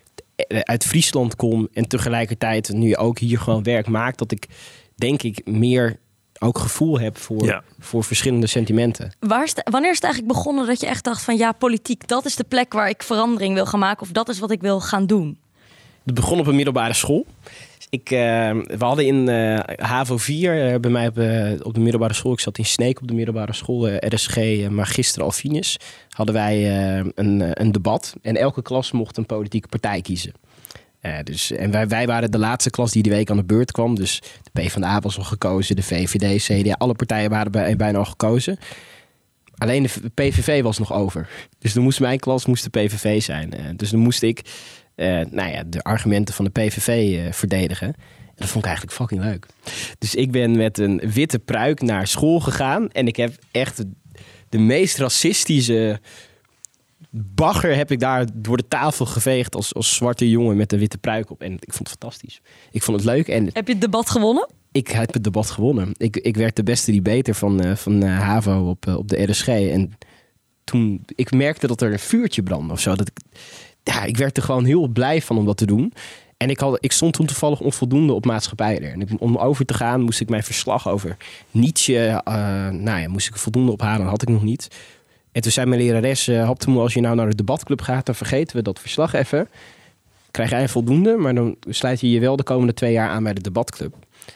uit Friesland kom en tegelijkertijd nu ook hier gewoon werk maakt, dat ik denk ik meer ook gevoel heb voor, ja. voor verschillende sentimenten. Waar is de, wanneer is het eigenlijk begonnen dat je echt dacht van ja, politiek, dat is de plek waar ik verandering wil gaan maken of dat is wat ik wil gaan doen? Het begon op een middelbare school. Ik, uh, we hadden in uh, H A V O vier uh, bij mij op, uh, op de middelbare school. Ik zat in Sneek op de middelbare school, uh, R S G uh, Magister Alfinus. Hadden wij uh, een, uh, een debat en elke klas mocht een politieke partij kiezen. Uh, dus, en wij, wij waren de laatste klas die die week aan de beurt kwam. Dus de PvdA was al gekozen, de V V D, C D A. Alle partijen waren bij, bijna al gekozen. Alleen de P V V was nog over. Dus dan moest mijn klas moest de P V V zijn. Uh, dus dan moest ik uh, nou ja, de argumenten van de P V V uh, verdedigen. En dat vond ik eigenlijk fucking leuk. Dus ik ben met een witte pruik naar school gegaan. En ik heb echt de meest racistische bagger heb ik daar door de tafel geveegd als, als zwarte jongen met een witte pruik op. En ik vond het fantastisch. Ik vond het leuk. En heb je het debat gewonnen? Ik heb het debat gewonnen. Ik, ik werd de beste debater van, uh, van uh, HAVO op, uh, op de R S G. En toen ik merkte dat er een vuurtje brandde of zo. Dat ik, ja, ik werd er gewoon heel blij van om dat te doen. En ik, had, ik stond toen toevallig onvoldoende op maatschappijleer. En ik, om over te gaan moest ik mijn verslag over Nietzsche, uh, nou ja, moest ik voldoende ophalen. Dat had ik nog niet. En toen zei mijn lerares, uh, Hap, als je nou naar de debatclub gaat, dan vergeten we dat verslag even. Krijg jij een voldoende, maar dan sluit je je wel de komende twee jaar aan bij de debatclub.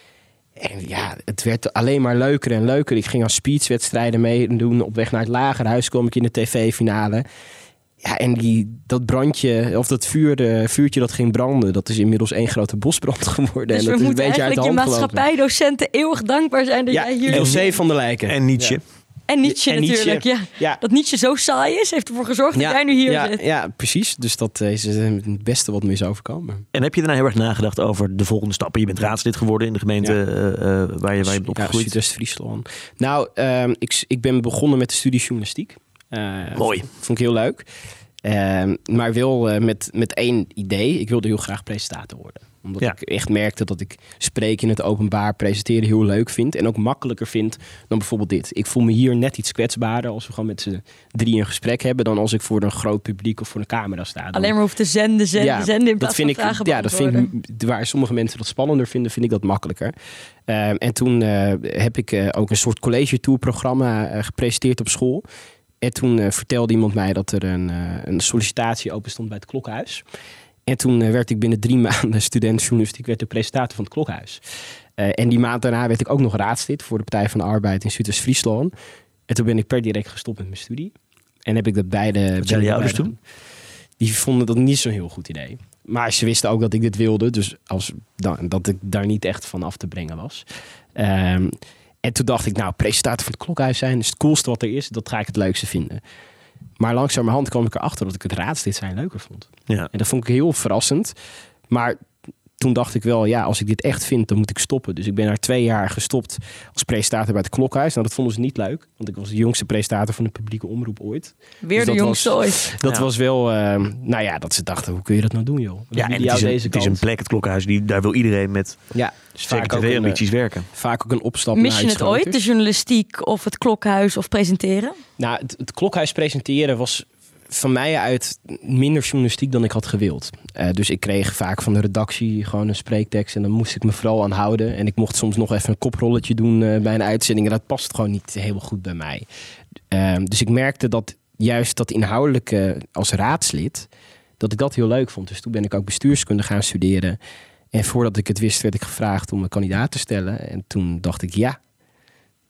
En ja, het werd alleen maar leuker en leuker. Ik ging aan speechwedstrijden meedoen. Op weg naar het lagerhuis kwam ik in de tv-finale. Ja, en die, dat brandje, of dat vuur, de, vuurtje dat ging branden, dat is inmiddels één grote bosbrand geworden. Dus en dat we is een beetje uit de hand je maatschappij-docenten eeuwig dankbaar zijn dat ja, jij hier... L C van der Lijken. En Nietzsche. Ja. En Nietzsche en natuurlijk, Nietzsche. Ja. Ja. Dat Nietzsche zo saai is, heeft ervoor gezorgd ja, dat jij nu hier ja, zit. Ja, precies. Dus dat is het beste wat me is overkomen. En heb je daarna heel erg nagedacht over de volgende stappen? Je bent raadslid geworden in de gemeente ja. uh, waar je, waar je bent opgegroeid. Ja, Zuidwest-Friesland. Nou, uh, ik, ik ben begonnen met de studie journalistiek. Uh, Mooi. Vond ik heel leuk. Uh, maar wel uh, met, met één idee. Ik wilde heel graag presentator worden. Omdat ja. ik echt merkte dat ik spreken in het openbaar, presenteren heel leuk vind. En ook makkelijker vind dan bijvoorbeeld dit. Ik voel me hier net iets kwetsbaarder als we gewoon met z'n drie een gesprek hebben, dan als ik voor een groot publiek of voor een camera sta. Dan... Alleen maar hoeft te zenden, zenden, ja, zenden in plaats dat vind van vragen ik, Ja, dat vind ik, waar sommige mensen dat spannender vinden, vind ik dat makkelijker. Uh, en toen uh, heb ik uh, ook een soort college tour programma uh, gepresenteerd op school. En toen uh, vertelde iemand mij dat er een, uh, een sollicitatie open stond bij het Klokhuis. En toen uh, werd ik binnen drie maanden student journalistiek, werd de presentator van het Klokhuis. Uh, en die maand daarna werd ik ook nog raadslid voor de Partij van de Arbeid in Zuidwest-Friesland. En toen ben ik per direct gestopt met mijn studie. En heb ik dat beide... Wat zeiden je ouders toen? Die vonden dat niet zo'n heel goed idee. Maar ze wisten ook dat ik dit wilde. Dus als, dan, dat ik daar niet echt van af te brengen was. Um, En toen dacht ik, nou, presentator van het Klokhuis zijn is het coolste wat er is. Dat ga ik het leukste vinden. Maar langzamerhand kwam ik erachter dat ik het raadslid zijn leuker vond. Ja. En dat vond ik heel verrassend. Maar toen dacht ik wel, ja, als ik dit echt vind, dan moet ik stoppen. Dus ik ben daar twee jaar gestopt als presentator bij het Klokhuis. Nou, dat vonden ze niet leuk. Want ik was de jongste presentator van de publieke omroep ooit. Weer dus de jongste was, ooit. Dat ja. was wel, uh, nou ja, dat ze dachten, hoe kun je dat nou doen, joh? Dan ja, en het is, een, het is een plek, het Klokhuis, die, daar wil iedereen met ja, dus vaak ook ambities werken. Vaak ook een opstap Mis naar je iets het ooit, groters. de journalistiek of het Klokhuis of presenteren? Nou, het, het Klokhuis presenteren was van mij uit minder journalistiek dan ik had gewild. Uh, dus ik kreeg vaak van de redactie gewoon een spreektekst en dan moest ik me vooral aan houden. En ik mocht soms nog even een koprolletje doen uh, bij een uitzending. En dat past gewoon niet heel goed bij mij. Uh, dus ik merkte dat juist dat inhoudelijke als raadslid, dat ik dat heel leuk vond. Dus toen ben ik ook bestuurskunde gaan studeren. En voordat ik het wist werd ik gevraagd om een kandidaat te stellen. En toen dacht ik, ja,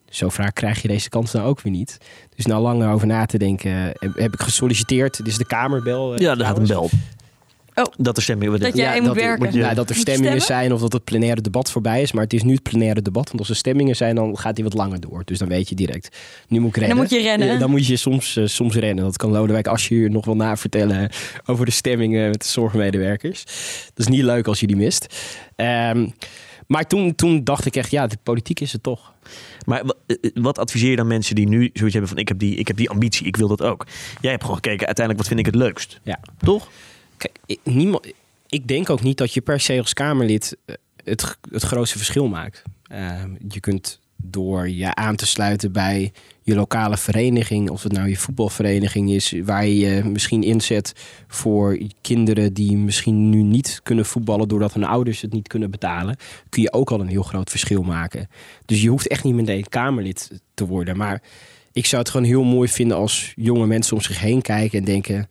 Zo vaak krijg je deze kans nou ook weer niet. Dus na lang over na te denken heb, heb ik gesolliciteerd. Dit is de Kamerbel. Ja, er gaat een bel. Oh. Dat er stemming... Dat jij ja, moet dat, werken. Moet je, ja, dat er Moet je stemmingen stemmen? zijn of dat het plenaire debat voorbij is. Maar het is nu het plenaire debat. Want als er stemmingen zijn, dan gaat die wat langer door. Dus dan weet je direct. Nu moet ik rennen. En dan moet je rennen. Ja, dan moet je soms, uh, soms rennen. Dat kan Lodewijk Asscher nog wel navertellen over de stemmingen met de zorgmedewerkers. Dat is niet leuk als je die mist. Um, maar toen, toen dacht ik echt, ja, de politiek is het toch. Maar wat adviseer je dan mensen die nu zoiets hebben van... ik heb die, ik heb die ambitie, ik wil dat ook. Jij hebt gewoon gekeken, uiteindelijk, wat vind ik het leukst? Ja. Toch? Kijk, ik, niemand, ik denk ook niet dat je per se als Kamerlid het, het grootste verschil maakt. Uh, je kunt door je aan te sluiten bij je lokale vereniging... of het nou je voetbalvereniging is... waar je je misschien inzet voor kinderen die misschien nu niet kunnen voetballen... doordat hun ouders het niet kunnen betalen... kun je ook al een heel groot verschil maken. Dus je hoeft echt niet meteen Kamerlid te worden. Maar ik zou het gewoon heel mooi vinden als jonge mensen om zich heen kijken... en denken...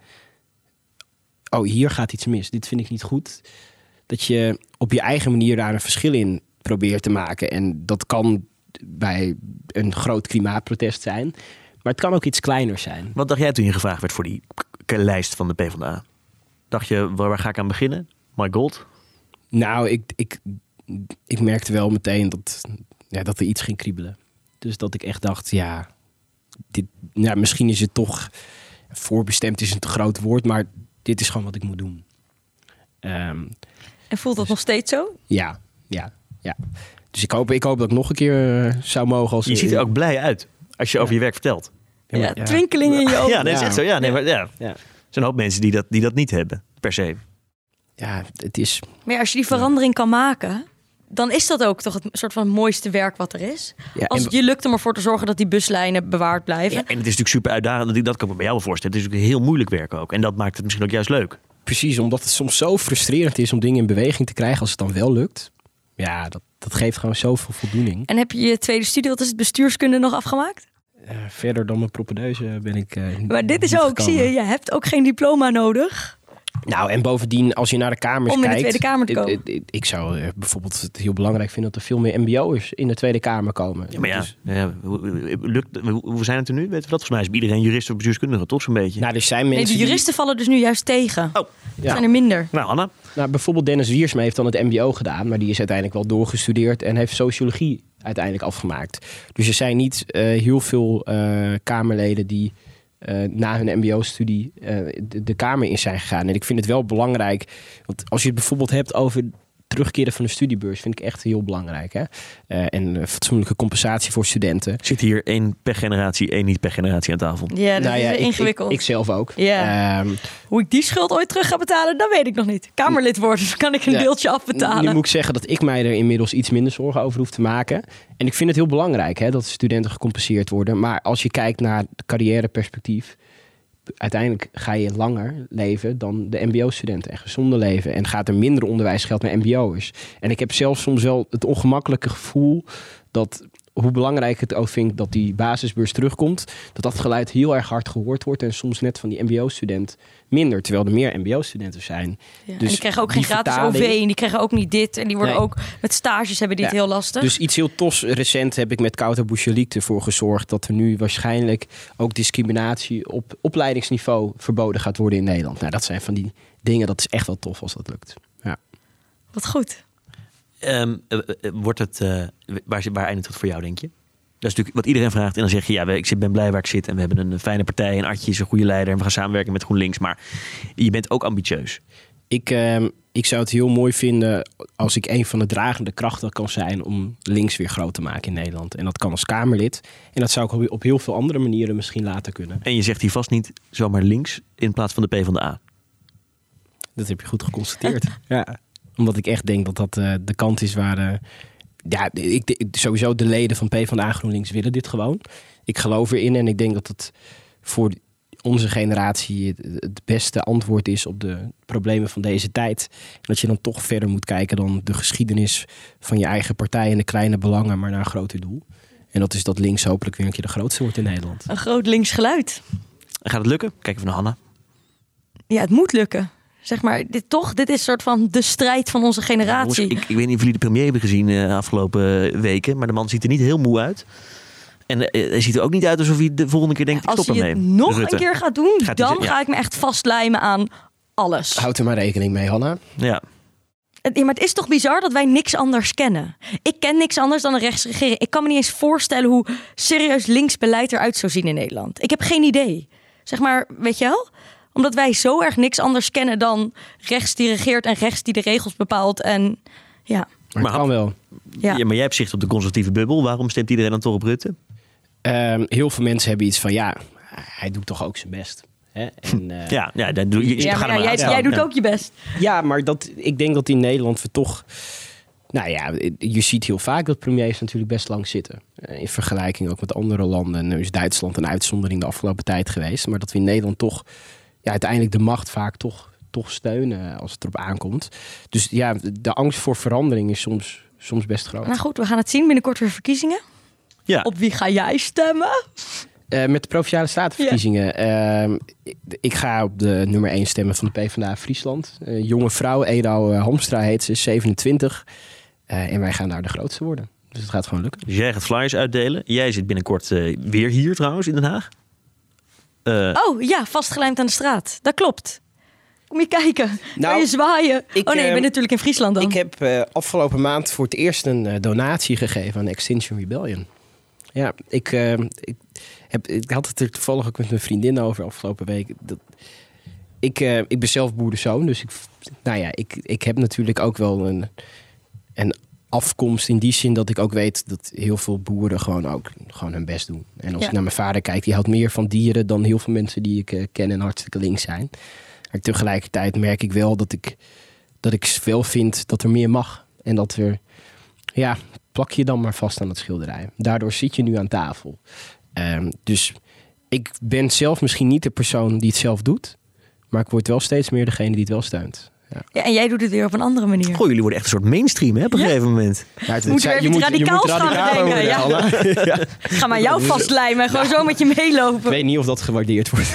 oh, hier gaat iets mis, dit vind ik niet goed. Dat je op je eigen manier daar een verschil in probeert te maken. En dat kan bij een groot klimaatprotest zijn. Maar het kan ook iets kleiner zijn. Wat dacht jij toen je gevraagd werd voor die k- lijst van de PvdA? Dacht je, waar, waar ga ik aan beginnen? My God? Nou, ik, ik, ik merkte wel meteen dat, ja, dat er iets ging kriebelen. Dus dat ik echt dacht, ja, dit, ja, misschien is het toch... voorbestemd is een te groot woord, maar dit is gewoon wat ik moet doen. Um, En voelt dat nog steeds zo? Ja, ja, ja. Dus ik hoop, ik hoop dat ik nog een keer uh, zou mogen. Als je ziet er ook blij uit als je ja. over je werk vertelt. Ja, ja, ja. Twinkeling in je ogen. Ja, dat is echt zo. Ja, nee, maar, ja. Ja. Er zijn een hoop mensen die dat, die dat niet hebben, per se. Ja, het is... Maar ja, als je die verandering kan maken... dan is dat ook toch het soort van het mooiste werk wat er is. Ja, als het je lukt om ervoor te zorgen dat die buslijnen bewaard blijven. Ja, en het is natuurlijk super uitdagend. Dat kan ik me bij jou wel voorstellen. Het is natuurlijk heel moeilijk werk ook. En dat maakt het misschien ook juist leuk. Precies, omdat het soms zo frustrerend is om dingen in beweging te krijgen als het dan wel lukt. Ja, dat, dat geeft gewoon zoveel voldoening. En heb je je tweede studie, wat is het, bestuurskunde nog afgemaakt? Uh, verder dan mijn propedeuse ben ik... Uh, maar dit is ook, gekomen. Zie je, je hebt ook geen diploma nodig. Nou, en bovendien, als je naar de Kamers Om in kijkt... de Tweede Kamer te komen. Ik, ik, ik zou uh, bijvoorbeeld het heel belangrijk vinden... dat er veel meer mbo'ers in de Tweede Kamer komen. Ja, maar ja, dus, ja lukt, hoe zijn het er nu? Weet je dat? Volgens mij is iedereen jurist of bestuurskundige, toch zo'n beetje? Nou, er zijn mensen nee, de juristen die... vallen dus nu juist tegen. Oh. Ja. Zijn er minder. Nou, Anna? Nou, bijvoorbeeld Dennis Wiersma heeft dan het mbo gedaan... maar die is uiteindelijk wel doorgestudeerd... en heeft sociologie uiteindelijk afgemaakt. Dus er zijn niet uh, heel veel uh, Kamerleden die... Uh, na hun mbo-studie uh, de, de Kamer in zijn gegaan. En ik vind het wel belangrijk... want als je het bijvoorbeeld hebt over... terugkeren van de studiebeurs vind ik echt heel belangrijk. Hè? Uh, en uh, fatsoenlijke compensatie voor studenten. Zit hier één per generatie, één niet per generatie aan tafel. Ja, dat nou is ja, ingewikkeld. Ik, ik, ik zelf ook. Ja. Um, Hoe ik die schuld ooit terug ga betalen, dat weet ik nog niet. Kamerlid worden, dus kan ik een ja, deeltje afbetalen. Nu moet ik zeggen dat ik mij er inmiddels iets minder zorgen over hoef te maken. En ik vind het heel belangrijk hè, dat studenten gecompenseerd worden. Maar als je kijkt naar het carrièreperspectief... uiteindelijk ga je langer leven dan de mbo-studenten en gezonder leven. En gaat er minder onderwijsgeld naar mbo'ers. En ik heb zelfs soms wel het ongemakkelijke gevoel... dat hoe belangrijk het ook vind dat die basisbeurs terugkomt... dat dat geluid heel erg hard gehoord wordt... en soms net van die mbo-student minder... terwijl er meer mbo-studenten zijn. Ja, dus en die krijgen ook geen gratis vertaling... O V... en die krijgen ook niet dit... en die worden nee. ook met stages hebben die ja. het heel lastig. Dus iets heel tofs recent heb ik met Kouter Bouchaliek ervoor gezorgd... dat er nu waarschijnlijk ook discriminatie op opleidingsniveau... verboden gaat worden in Nederland. Nou, dat zijn van die dingen, dat is echt wel tof als dat lukt. Ja. Wat goed. Um, uh, uh, wordt het, uh, waar, waar eindigt het voor jou, denk je? Dat is natuurlijk wat iedereen vraagt. En dan zeg je, ja, ik ben blij waar ik zit. En we hebben een fijne partij. En Artje is een goede leider. En we gaan samenwerken met GroenLinks. Maar je bent ook ambitieus. Ik, uh, ik zou het heel mooi vinden als ik een van de dragende krachten kan zijn... om links weer groot te maken in Nederland. En dat kan als Kamerlid. En dat zou ik op heel veel andere manieren misschien laten kunnen. En je zegt hier vast niet zomaar links in plaats van de PvdA. Dat heb je goed geconstateerd. Ja. Omdat ik echt denk dat dat uh, de kant is waar... Uh, ja, ik, ik, sowieso de leden van PvdA GroenLinks willen dit gewoon. Ik geloof erin en ik denk dat het voor onze generatie... het, het beste antwoord is op de problemen van deze tijd. En dat je dan toch verder moet kijken dan de geschiedenis van je eigen partij... en de kleine belangen, maar naar een groter doel. En dat is dat links hopelijk weer een keer de grootste wordt in Nederland. Een groot links geluid. Gaat het lukken? Kijk even naar Hanna. Ja, het moet lukken. Zeg maar, dit toch, dit is soort van de strijd van onze generatie. Ja, jongens, ik, ik weet niet of jullie de premier hebben gezien de uh, afgelopen weken, maar de man ziet er niet heel moe uit. En uh, het ziet er ook niet uit alsof hij de volgende keer denkt, ik Als stop hij ermee. het nog Rutte. een keer gaat doen, Gaat hij dan ze- ja. ga ik me echt vastlijmen aan alles. Houd er maar rekening mee, Hanna. Ja. Het- Ja, maar het is toch bizar dat wij niks anders kennen. Ik ken niks anders dan een rechtsregering. Ik kan me niet eens voorstellen hoe serieus links beleid eruit zou zien in Nederland. Ik heb geen idee. Zeg maar, weet je wel? Omdat wij zo erg niks anders kennen dan rechts die regeert en rechts die de regels bepaalt. En ja, Maar, Maar- het kan wel. ja. Ja, maar jij hebt zicht op de conservatieve bubbel. Waarom stemt iedereen dan toch op Rutte? Ehm, heel veel mensen hebben iets van, ja, hij doet toch ook zijn best. Hè? En, uh, Ja, ja, dan doe je, je Ja, gaat maar er ja, maar jij, uit. jij doet Ja. ook je best. Ja, maar dat, ik denk dat in Nederland we toch... Nou ja, je ziet heel vaak dat premiers natuurlijk best lang zitten. In vergelijking ook met andere landen. Nu is Duitsland een uitzondering de afgelopen tijd geweest. Maar dat we in Nederland toch ja, uiteindelijk de macht vaak toch, toch steunen als het erop aankomt. Dus ja, de angst voor verandering is soms, soms best groot. Nou goed, we gaan het zien. Binnenkort weer verkiezingen. Ja. Op wie ga jij stemmen? Uh, met de Provinciale Statenverkiezingen. Uh, ik, ik ga op de nummer één stemmen van de PvdA Friesland. Uh, jonge vrouw, Edau uh, Hamstra heet ze, zevenentwintig. Uh, en wij gaan daar de grootste worden. Dus het gaat gewoon lukken. Dus jij gaat flyers uitdelen. Jij zit binnenkort uh, weer hier trouwens in Den Haag. Uh, Oh ja, vastgelijmd aan de straat. Dat klopt. Kom je kijken. Nou, kan je zwaaien. ik, oh nee, je uh, bent natuurlijk in Friesland dan. Ik heb uh, afgelopen maand voor het eerst een uh, donatie gegeven aan Extinction Rebellion. Ja, ik, uh, ik, heb, ik had het er toevallig ook met mijn vriendin over afgelopen week. Dat, ik, uh, ik ben zelf boerenzoon, dus ik, nou ja, ik, ik heb natuurlijk ook wel een, een afkomst in die zin dat ik ook weet dat heel veel boeren gewoon ook gewoon hun best doen. En als Ja. ik naar mijn vader kijk, die houdt meer van dieren dan heel veel mensen die ik uh, ken en hartstikke links zijn. Maar tegelijkertijd merk ik wel dat ik, dat ik wel vind dat er meer mag. En dat er, ja, plak je dan maar vast aan het schilderij. Daardoor zit je nu aan tafel. Um, dus ik ben zelf misschien niet de persoon die het zelf doet. Maar ik word wel steeds meer degene die het wel steunt. Ja. Ja, en jij doet het weer op een andere manier. Goh, jullie worden echt een soort mainstream hè, op een Ja. gegeven moment. Maar het, Moeten we het- even iets radicaals gaan radicaler bedenken, worden, ja. Anna. Ja. Ik ga maar jou vastlijmen en gewoon zo met je meelopen. Ik weet niet of dat gewaardeerd wordt.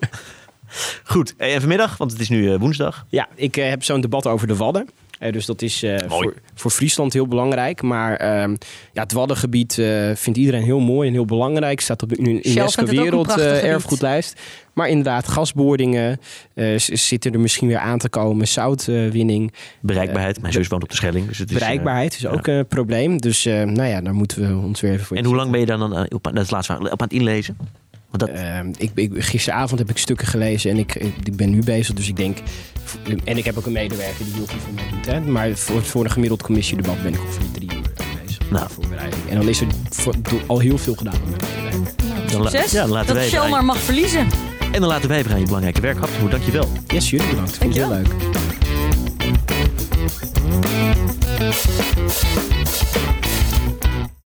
Goed, en vanmiddag, want het is nu uh, woensdag. Ja, ik uh, heb zo'n debat over de Wadden. Uh, dus dat is uh, Mooi. voor, voor Friesland heel belangrijk. Maar um, ja, het Waddengebied uh, vindt iedereen heel mooi en heel belangrijk. Staat op de vindt het UNESCO ook een prachtig gebied. Werelderfgoedlijst. Maar inderdaad, gasboringen uh, z- zitten er misschien weer aan te komen. Zoutwinning. Bereikbaarheid. Mijn zus woont op de Schelling. Dus het is, uh, Bereikbaarheid is ook een probleem. Dus uh, nou ja, daar moeten we ons weer even voor en hoe lang ben je dan, dan uh, op, dat is het laatste, op aan het inlezen? Want dat, Uh, ik, ik, gisteravond heb ik stukken gelezen en ik, ik, ik ben nu bezig, dus ik denk... En ik heb ook een medewerker die heel veel voor mij doet. Hè? Maar voor, voor een gemiddeld commissie-debat ben ik ongeveer drie uur bezig. Nou. Voorbereiding. En dan is er voor, door, al heel veel gedaan. Met dan, la- Succes. ja, dan laten Dat wij Shell even maar aan- mag verliezen. En dan laten wij even aan je belangrijke werk af. Dank je wel. yes, jullie bedankt. Ik vond het heel leuk.